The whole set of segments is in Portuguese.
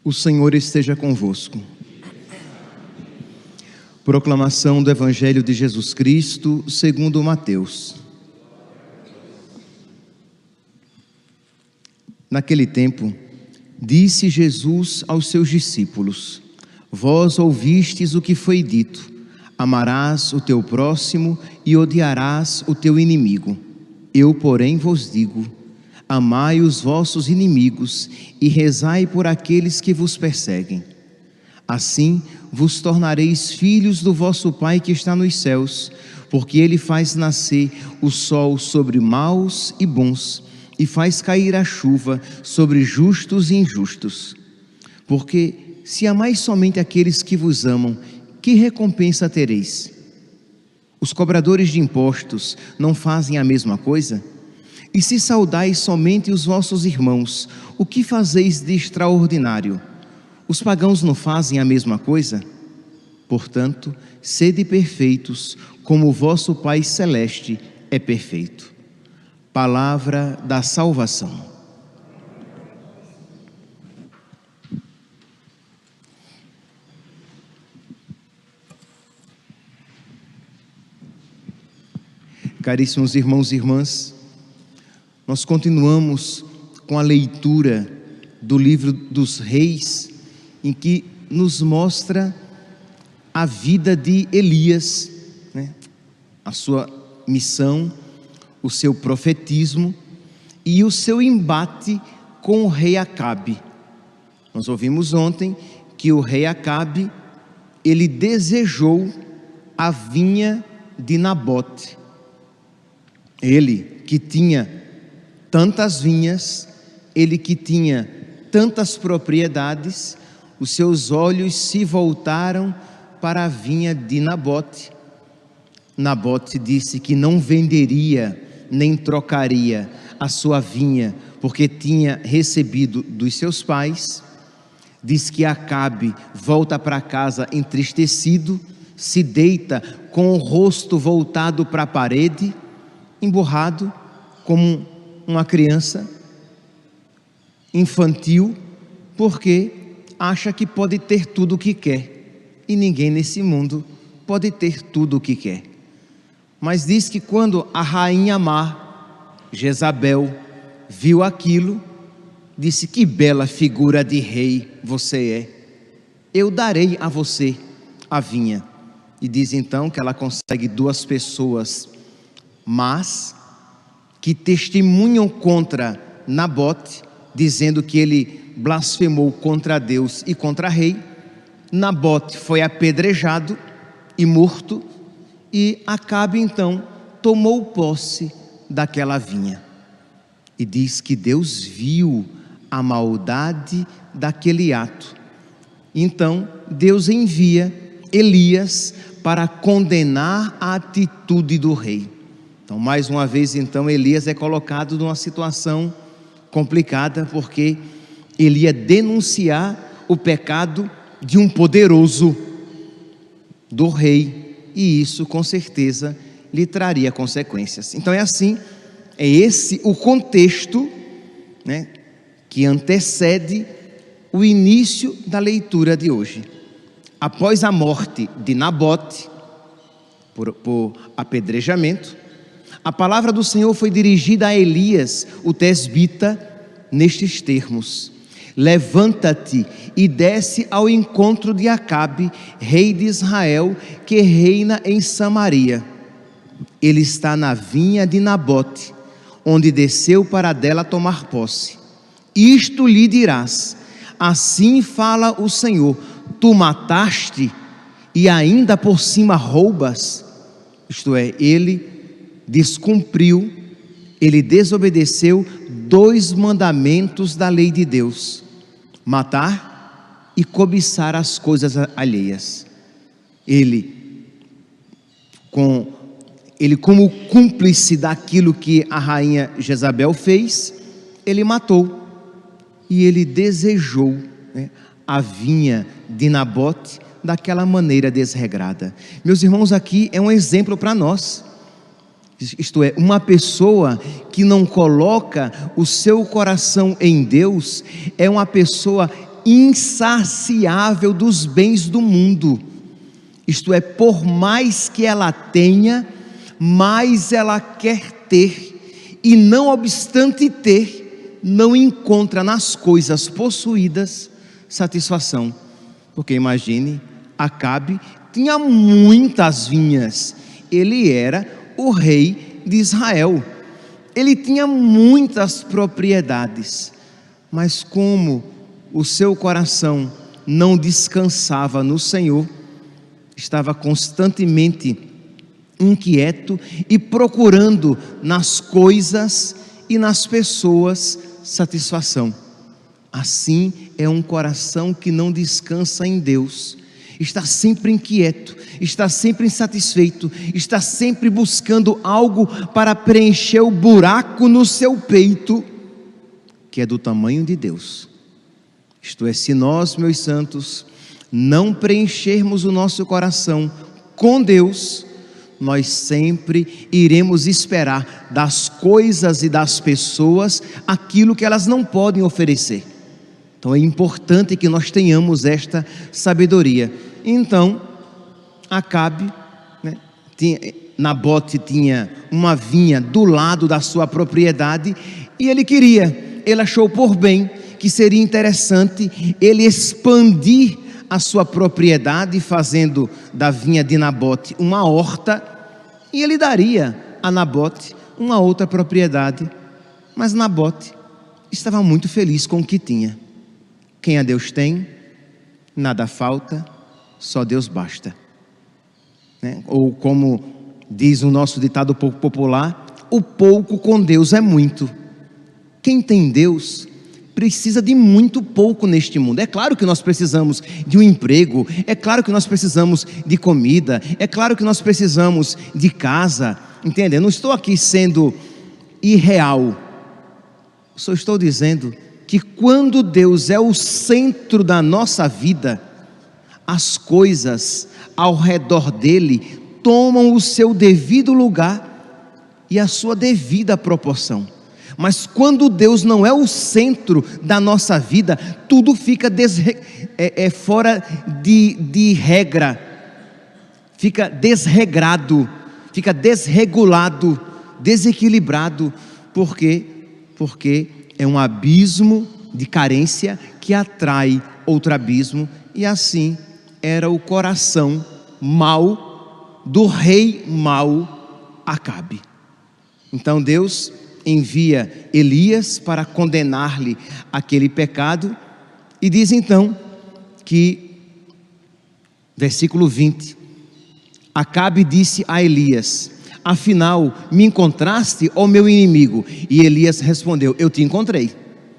O Senhor esteja convosco. Proclamação do Evangelho de Jesus Cristo, segundo Mateus. Naquele tempo, disse Jesus aos seus discípulos: Vós ouvistes o que foi dito: amarás o teu próximo e odiarás o teu inimigo. Eu, porém, vos digo: amai os vossos inimigos e rezai por aqueles que vos perseguem. Assim vos tornareis filhos do vosso Pai que está nos céus, porque Ele faz nascer o sol sobre maus e bons, e faz cair a chuva sobre justos e injustos. Porque se amais somente aqueles que vos amam, que recompensa tereis? Os cobradores de impostos não fazem a mesma coisa? E se saudais somente os vossos irmãos, o que fazeis de extraordinário? Os pagãos não fazem a mesma coisa? Portanto, sede perfeitos, como o vosso Pai Celeste é perfeito. Palavra da salvação. Caríssimos irmãos e irmãs, nós continuamos com a leitura do livro dos Reis, em que nos mostra a vida de Elias, né? A sua missão, o seu profetismo e o seu embate com o rei Acabe. Nós ouvimos ontem que o rei Acabe, ele desejou a vinha de Nabote. Ele que tinha tantas vinhas, ele que tinha tantas propriedades, os seus olhos se voltaram para a vinha de Nabote. Nabote disse que não venderia nem trocaria a sua vinha, porque tinha recebido dos seus pais. Diz que Acabe volta para casa entristecido, se deita com o rosto voltado para a parede, emburrado como uma criança infantil, porque acha que pode ter tudo o que quer, e ninguém nesse mundo pode ter tudo o que quer. Mas diz que quando a rainha má, Jezabel, viu aquilo, disse: que bela figura de rei você é, eu darei a você a vinha. E diz então que ela consegue duas pessoas más, que testemunham contra Nabote, dizendo que ele blasfemou contra Deus e contra rei. Nabote foi apedrejado e morto, e Acabe então tomou posse daquela vinha. E diz que Deus viu a maldade daquele ato. Então Deus envia Elias para condenar a atitude do rei. Então, mais uma vez, então, Elias é colocado numa situação complicada, porque ele ia denunciar o pecado de um poderoso, do rei, e isso, com certeza, lhe traria consequências. Então, é assim, é esse o contexto, né, que antecede o início da leitura de hoje. Após a morte de Nabote, por apedrejamento, a palavra do Senhor foi dirigida a Elias, o tesbita, nestes termos: levanta-te e desce ao encontro de Acabe, rei de Israel, que reina em Samaria. Ele está na vinha de Nabote, onde desceu para dela tomar posse. Isto lhe dirás: assim fala o Senhor, tu mataste e ainda por cima roubas. Isto é, ele descumpriu, ele desobedeceu 2 mandamentos da lei de Deus: matar e cobiçar as coisas alheias. Ele como cúmplice daquilo que a rainha Jezabel fez, ele matou, e ele desejou, né, a vinha de Nabote daquela maneira desregrada. Meus irmãos, aqui é um exemplo para nós. Isto é, uma pessoa que não coloca o seu coração em Deus é uma pessoa insaciável dos bens do mundo. Isto é, por mais que ela tenha, mais ela quer ter, e não obstante ter, não encontra nas coisas possuídas satisfação. Porque imagine, Acabe tinha muitas vinhas, ele era o rei de Israel, ele tinha muitas propriedades, mas como o seu coração não descansava no Senhor, estava constantemente inquieto e procurando nas coisas e nas pessoas satisfação. Assim é um coração que não descansa em Deus, está sempre inquieto, está sempre insatisfeito, está sempre buscando algo para preencher o buraco no seu peito, que é do tamanho de Deus. Isto é, se nós, meus santos, não preenchermos o nosso coração com Deus, nós sempre iremos esperar das coisas e das pessoas aquilo que elas não podem oferecer. Então é importante que nós tenhamos esta sabedoria. Então, Acabe, Nabote tinha uma vinha do lado da sua propriedade e ele achou por bem que seria interessante ele expandir a sua propriedade, fazendo da vinha de Nabote uma horta, e ele daria a Nabote uma outra propriedade. Mas Nabote estava muito feliz com o que tinha. Quem a Deus tem, nada falta, só Deus basta, Ou como diz o nosso ditado pouco popular, o pouco com Deus é muito. Quem tem Deus precisa de muito pouco neste mundo. É claro que nós precisamos de um emprego, é claro que nós precisamos de comida, é claro que nós precisamos de casa, entende? Eu não estou aqui sendo irreal, só estou dizendo que quando Deus é o centro da nossa vida, as coisas ao redor dele tomam o seu devido lugar e a sua devida proporção. Mas quando Deus não é o centro da nossa vida, tudo fica fora de regra, fica desregrado, fica desregulado, desequilibrado. Por quê? Porque é um abismo de carência que atrai outro abismo, e assim era o coração mau do rei mau Acabe. Então Deus envia Elias para condenar-lhe aquele pecado, e diz então que, versículo 20, Acabe disse a Elias: afinal me encontraste, ó meu inimigo? E Elias respondeu: eu te encontrei,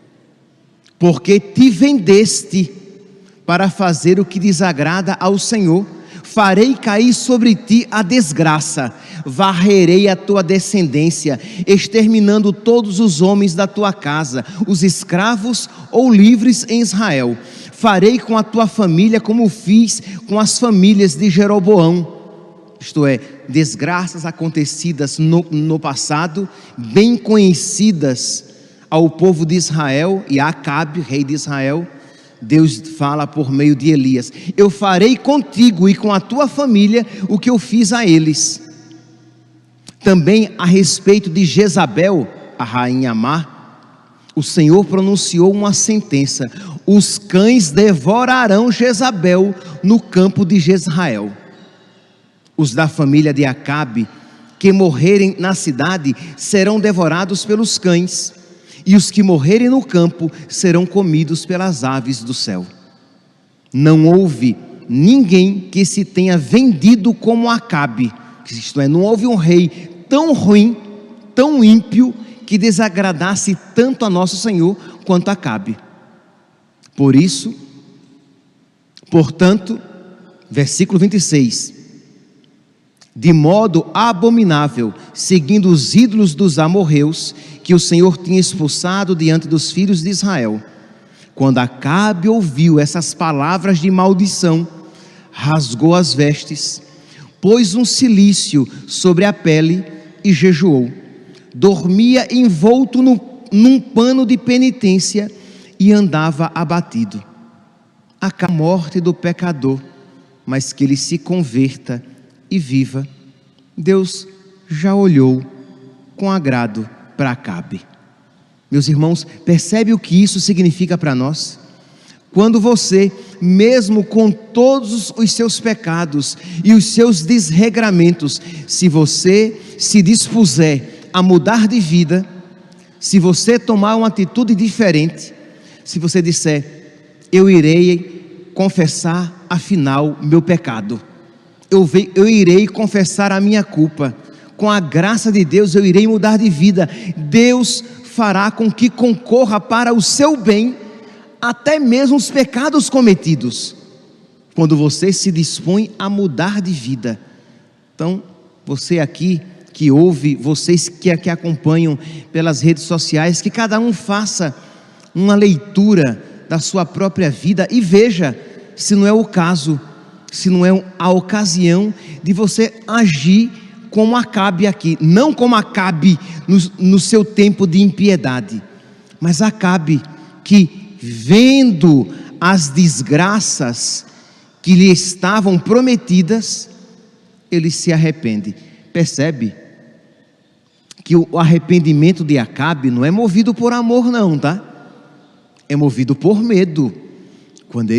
porque te vendeste para fazer o que desagrada ao Senhor. Farei cair sobre ti a desgraça, varrerei a tua descendência, exterminando todos os homens da tua casa, os escravos ou livres em Israel. Farei com a tua família como fiz com as famílias de Jeroboão. Isto é, desgraças acontecidas no passado, bem conhecidas ao povo de Israel e a Acabe, rei de Israel. Deus fala por meio de Elias: eu farei contigo e com a tua família o que eu fiz a eles. Também a respeito de Jezabel, a rainha má, o Senhor pronunciou uma sentença: os cães devorarão Jezabel no campo de Jezrael. Os da família de Acabe que morrerem na cidade serão devorados pelos cães, e os que morrerem no campo serão comidos pelas aves do céu. Não houve ninguém que se tenha vendido como Acabe, isto é, não houve um rei tão ruim, tão ímpio, que desagradasse tanto a nosso Senhor quanto Acabe. Por isso, portanto, versículo 26, de modo abominável, seguindo os ídolos dos amorreus, que o Senhor tinha expulsado diante dos filhos de Israel. Quando Acabe ouviu essas palavras de maldição, rasgou as vestes, pôs um cilício sobre a pele e jejuou. Dormia envolto num pano de penitência e andava abatido. a morte do pecador, mas que ele se converta e viva. Deus já olhou com agrado para Acabe. Meus irmãos, percebe o que isso significa para nós? Quando você, mesmo com todos os seus pecados e os seus desregramentos, se você se dispuser a mudar de vida, se você tomar uma atitude diferente, se você disser: eu irei confessar afinal meu pecado, eu irei confessar a minha culpa, com a graça de Deus eu irei mudar de vida, Deus fará com que concorra para o seu bem, até mesmo os pecados cometidos, quando você se dispõe a mudar de vida. Então, você aqui que ouve, vocês que aqui acompanham pelas redes sociais, que cada um faça uma leitura da sua própria vida e veja se não é o caso, se não é a ocasião de você agir como Acabe aqui, não como Acabe no seu tempo de impiedade, mas Acabe que, vendo as desgraças que lhe estavam prometidas, ele se arrepende. Percebe que o arrependimento de Acabe não é movido por amor não, tá? É movido por medo. Quando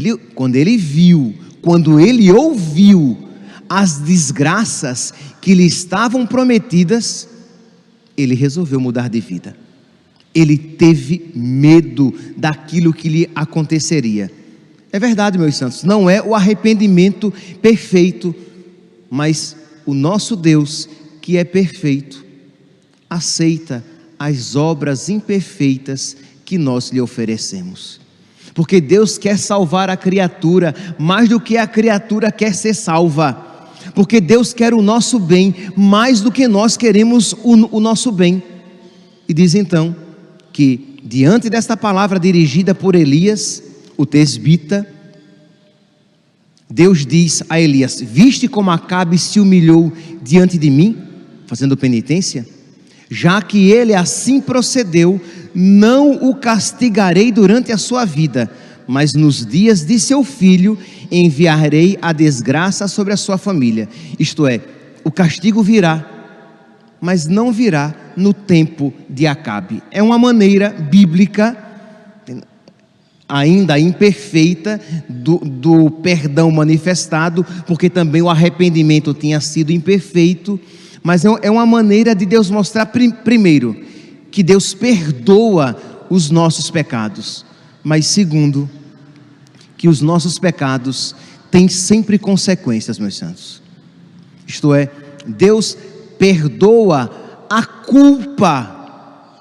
ele ouviu as desgraças que lhe estavam prometidas, ele resolveu mudar de vida. Ele teve medo daquilo que lhe aconteceria. É verdade, meus santos, não é o arrependimento perfeito, mas o nosso Deus, que é perfeito, aceita as obras imperfeitas que nós lhe oferecemos. Porque Deus quer salvar a criatura mais do que a criatura quer ser salva. Porque Deus quer o nosso bem mais do que nós queremos o nosso bem. E diz então que, diante desta palavra dirigida por Elias, o tesbita, Deus diz a Elias: viste como Acabe se humilhou diante de mim, fazendo penitência? Já que ele assim procedeu, não o castigarei durante a sua vida, mas nos dias de seu filho enviarei a desgraça sobre a sua família. Isto é, o castigo virá, mas não virá no tempo de Acabe. É uma maneira bíblica, ainda imperfeita, do perdão manifestado, porque também o arrependimento tinha sido imperfeito, mas é uma maneira de Deus mostrar, primeiro, que Deus perdoa os nossos pecados, mas segundo, que os nossos pecados têm sempre consequências, meus santos. Isto é, Deus perdoa a culpa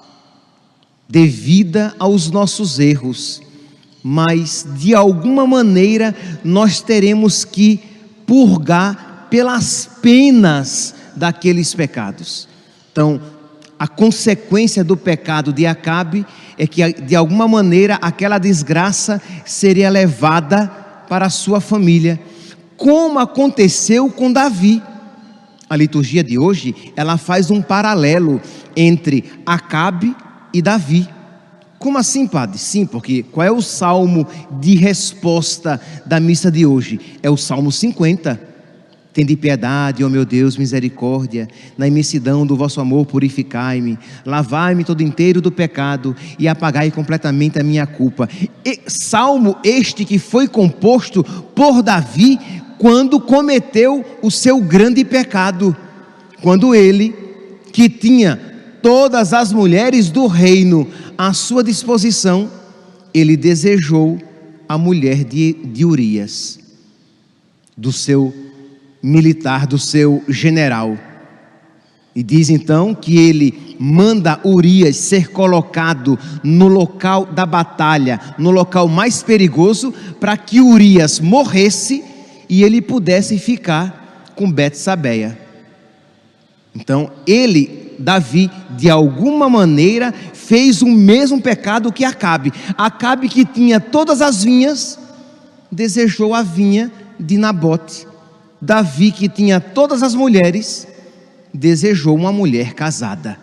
devida aos nossos erros, mas de alguma maneira nós teremos que purgar pelas penas daqueles pecados. Então, a consequência do pecado de Acabe é que, de alguma maneira, aquela desgraça seria levada para a sua família, como aconteceu com Davi. A liturgia de hoje, ela faz um paralelo entre Acabe e Davi. Como assim, padre? Sim, porque qual é o salmo de resposta da missa de hoje? É o Salmo 50. Tende piedade, ó meu Deus, misericórdia, na imensidão do vosso amor purificai-me, lavai-me todo inteiro do pecado e apagai completamente a minha culpa. Salmo este que foi composto por Davi quando cometeu o seu grande pecado, quando ele, que tinha todas as mulheres do reino à sua disposição, ele desejou a mulher de Urias, do seu militar, do seu general. E diz então que ele manda Urias ser colocado no local da batalha, no local mais perigoso, para que Urias morresse e ele pudesse ficar com Betsabeia. Então ele, Davi, de alguma maneira fez o mesmo pecado que Acabe. Acabe, que tinha todas as vinhas, desejou a vinha de Nabote. Davi, que tinha todas as mulheres, desejou uma mulher casada.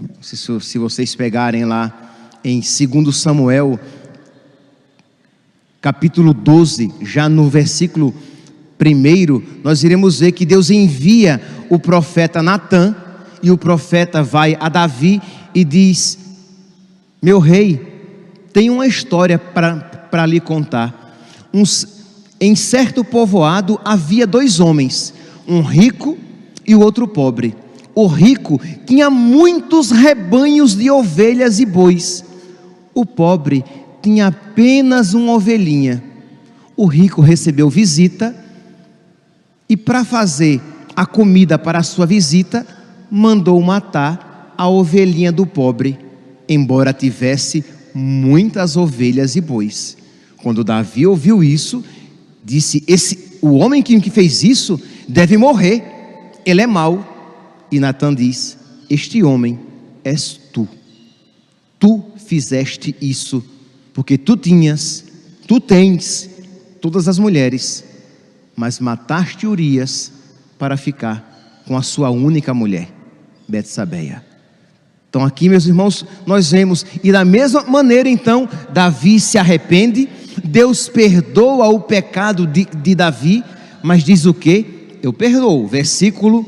Se vocês pegarem lá em 2 Samuel, capítulo 12, já no versículo 1, nós iremos ver que Deus envia o profeta Natã, e o profeta vai a Davi e diz: meu rei, tem uma história para lhe contar. Em certo povoado havia 2 homens, um rico e o outro pobre. O rico tinha muitos rebanhos de ovelhas e bois. O pobre tinha apenas uma ovelhinha. O rico recebeu visita e, para fazer a comida para a sua visita, mandou matar a ovelhinha do pobre, embora tivesse muitas ovelhas e bois. Quando Davi ouviu isso, disse: o homem que fez isso deve morrer, ele é mau. E Natã diz: este homem és tu. Tu fizeste isso, porque tu tens todas as mulheres, mas mataste Urias para ficar com a sua única mulher, Betsabeia. Então aqui, meus irmãos, nós vemos, e da mesma maneira então, Davi se arrepende, Deus perdoa o pecado de Davi, mas diz o quê? Eu perdoo. Versículo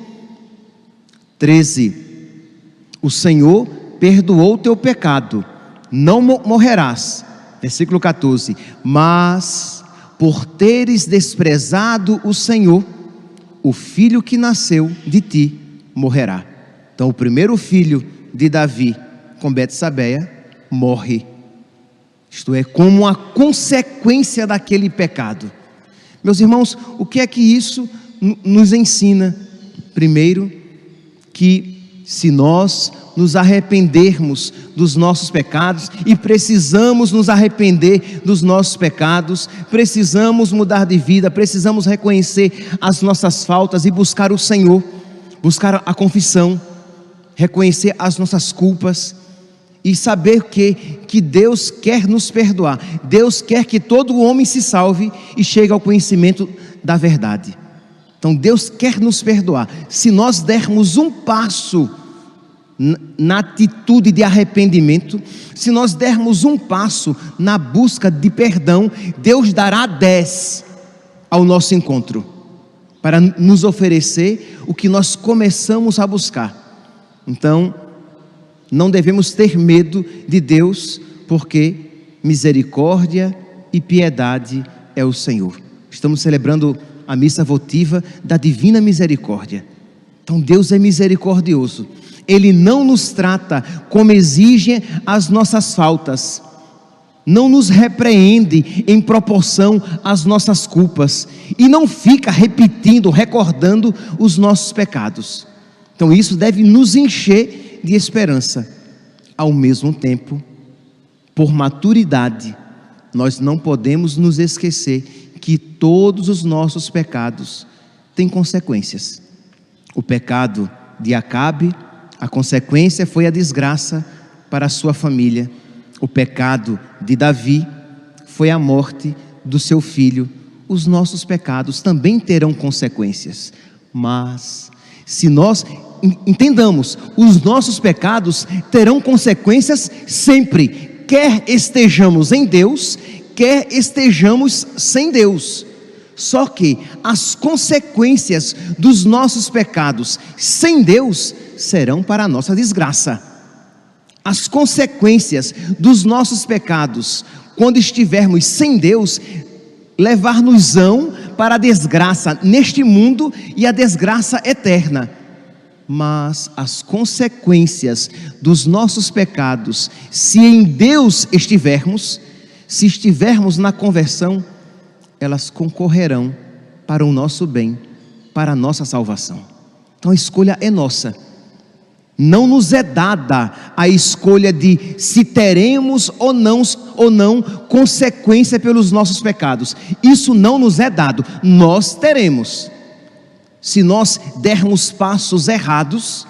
13: o Senhor perdoou o teu pecado, não morrerás. Versículo 14: mas por teres desprezado o Senhor, o filho que nasceu de ti morrerá. Então o primeiro filho de Davi com Betsabeia morre, isto é, como uma consequência daquele pecado. Meus irmãos, o que é que isso nos ensina? Primeiro, que se nós nos arrependermos dos nossos pecados, e precisamos nos arrepender dos nossos pecados, precisamos mudar de vida, precisamos reconhecer as nossas faltas e buscar o Senhor, buscar a confissão, reconhecer as nossas culpas e saber que Deus quer nos perdoar. Deus quer que todo homem se salve e chegue ao conhecimento da verdade. Então Deus quer nos perdoar. Se nós dermos um passo na atitude de arrependimento, se nós dermos um passo na busca de perdão, Deus dará 10 ao nosso encontro, para nos oferecer o que nós começamos a buscar. Então, não devemos ter medo de Deus, porque misericórdia e piedade é o Senhor. Estamos celebrando a missa votiva da Divina Misericórdia. Então Deus é misericordioso. Ele não nos trata como exigem as nossas faltas, não nos repreende em proporção às nossas culpas, e não fica repetindo, recordando os nossos pecados. Então isso deve nos encher de esperança. Ao mesmo tempo, por maturidade, nós não podemos nos esquecer que todos os nossos pecados têm consequências. O pecado de Acabe, a consequência foi a desgraça para a sua família. O pecado de Davi foi a morte do seu filho. Os nossos pecados também terão consequências, mas se nós entendamos, os nossos pecados terão consequências sempre, quer estejamos em Deus, quer estejamos sem Deus. Só que as consequências dos nossos pecados sem Deus serão para a nossa desgraça. As consequências dos nossos pecados, quando estivermos sem Deus, levar-nos-ão para a desgraça neste mundo e a desgraça eterna. Mas as consequências dos nossos pecados, se em Deus estivermos, se estivermos na conversão, elas concorrerão para o nosso bem, para a nossa salvação. Então a escolha é nossa. Não nos é dada a escolha de se teremos ou não consequência pelos nossos pecados. Isso não nos é dado. Nós teremos. Se nós dermos passos errados,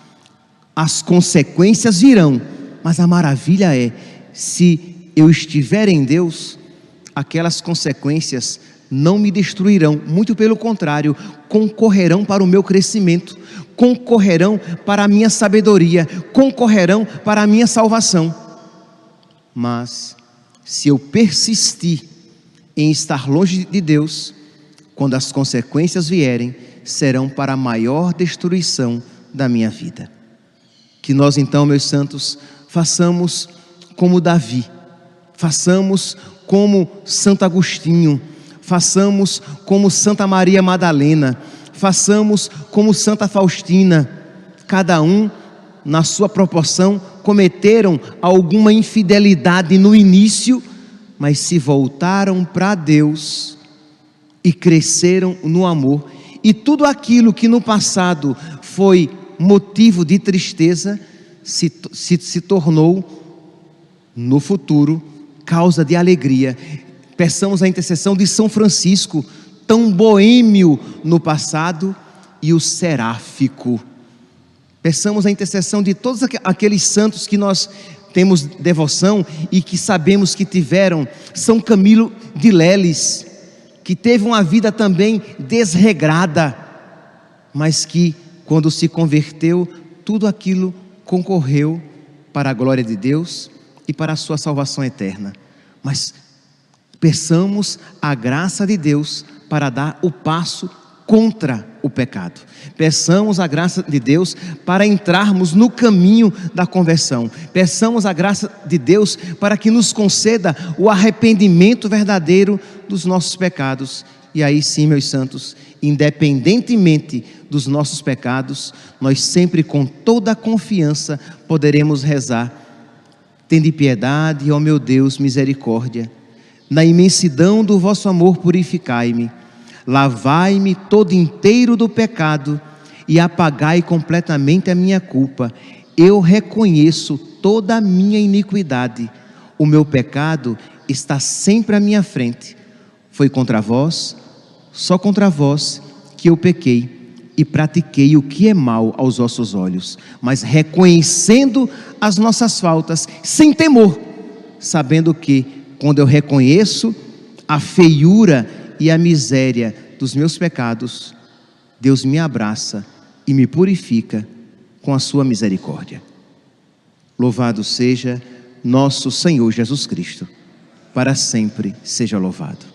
as consequências virão. Mas a maravilha é, se eu estiver em Deus, aquelas consequências não me destruirão, muito pelo contrário, concorrerão para o meu crescimento, concorrerão para a minha sabedoria, concorrerão para a minha salvação. Mas se eu persistir em estar longe de Deus, quando as consequências vierem, serão para a maior destruição da minha vida. Que nós então, meus santos, façamos como Davi, façamos como Santo Agostinho, façamos como Santa Maria Madalena, façamos como Santa Faustina. Cada um, na sua proporção, cometeram alguma infidelidade no início, mas se voltaram para Deus e cresceram no amor. E tudo aquilo que no passado foi motivo de tristeza, se tornou no futuro causa de alegria. Peçamos a intercessão de São Francisco, tão boêmio no passado, e o seráfico. Peçamos a intercessão de todos aqueles santos que nós temos devoção e que sabemos que tiveram. São Camilo de Leles, que teve uma vida também desregrada, mas que quando se converteu, tudo aquilo concorreu para a glória de Deus e para a sua salvação eterna. Mas peçamos a graça de Deus para dar o passo contra o pecado. Peçamos a graça de Deus para entrarmos no caminho da conversão. Peçamos a graça de Deus para que nos conceda o arrependimento verdadeiro dos nossos pecados. E aí sim, meus santos, independentemente dos nossos pecados, nós sempre com toda a confiança poderemos rezar: tende piedade, ó meu Deus, misericórdia. Na imensidão do vosso amor purificai-me. Lavai-me todo inteiro do pecado e apagai completamente a minha culpa. Eu reconheço toda a minha iniquidade. O meu pecado está sempre à minha frente. Foi contra vós, só contra vós, que eu pequei e pratiquei o que é mal aos vossos olhos, mas reconhecendo as nossas faltas, sem temor, sabendo que, quando eu reconheço a feiura e a miséria dos meus pecados, Deus me abraça e me purifica com a sua misericórdia. Louvado seja nosso Senhor Jesus Cristo, para sempre seja louvado.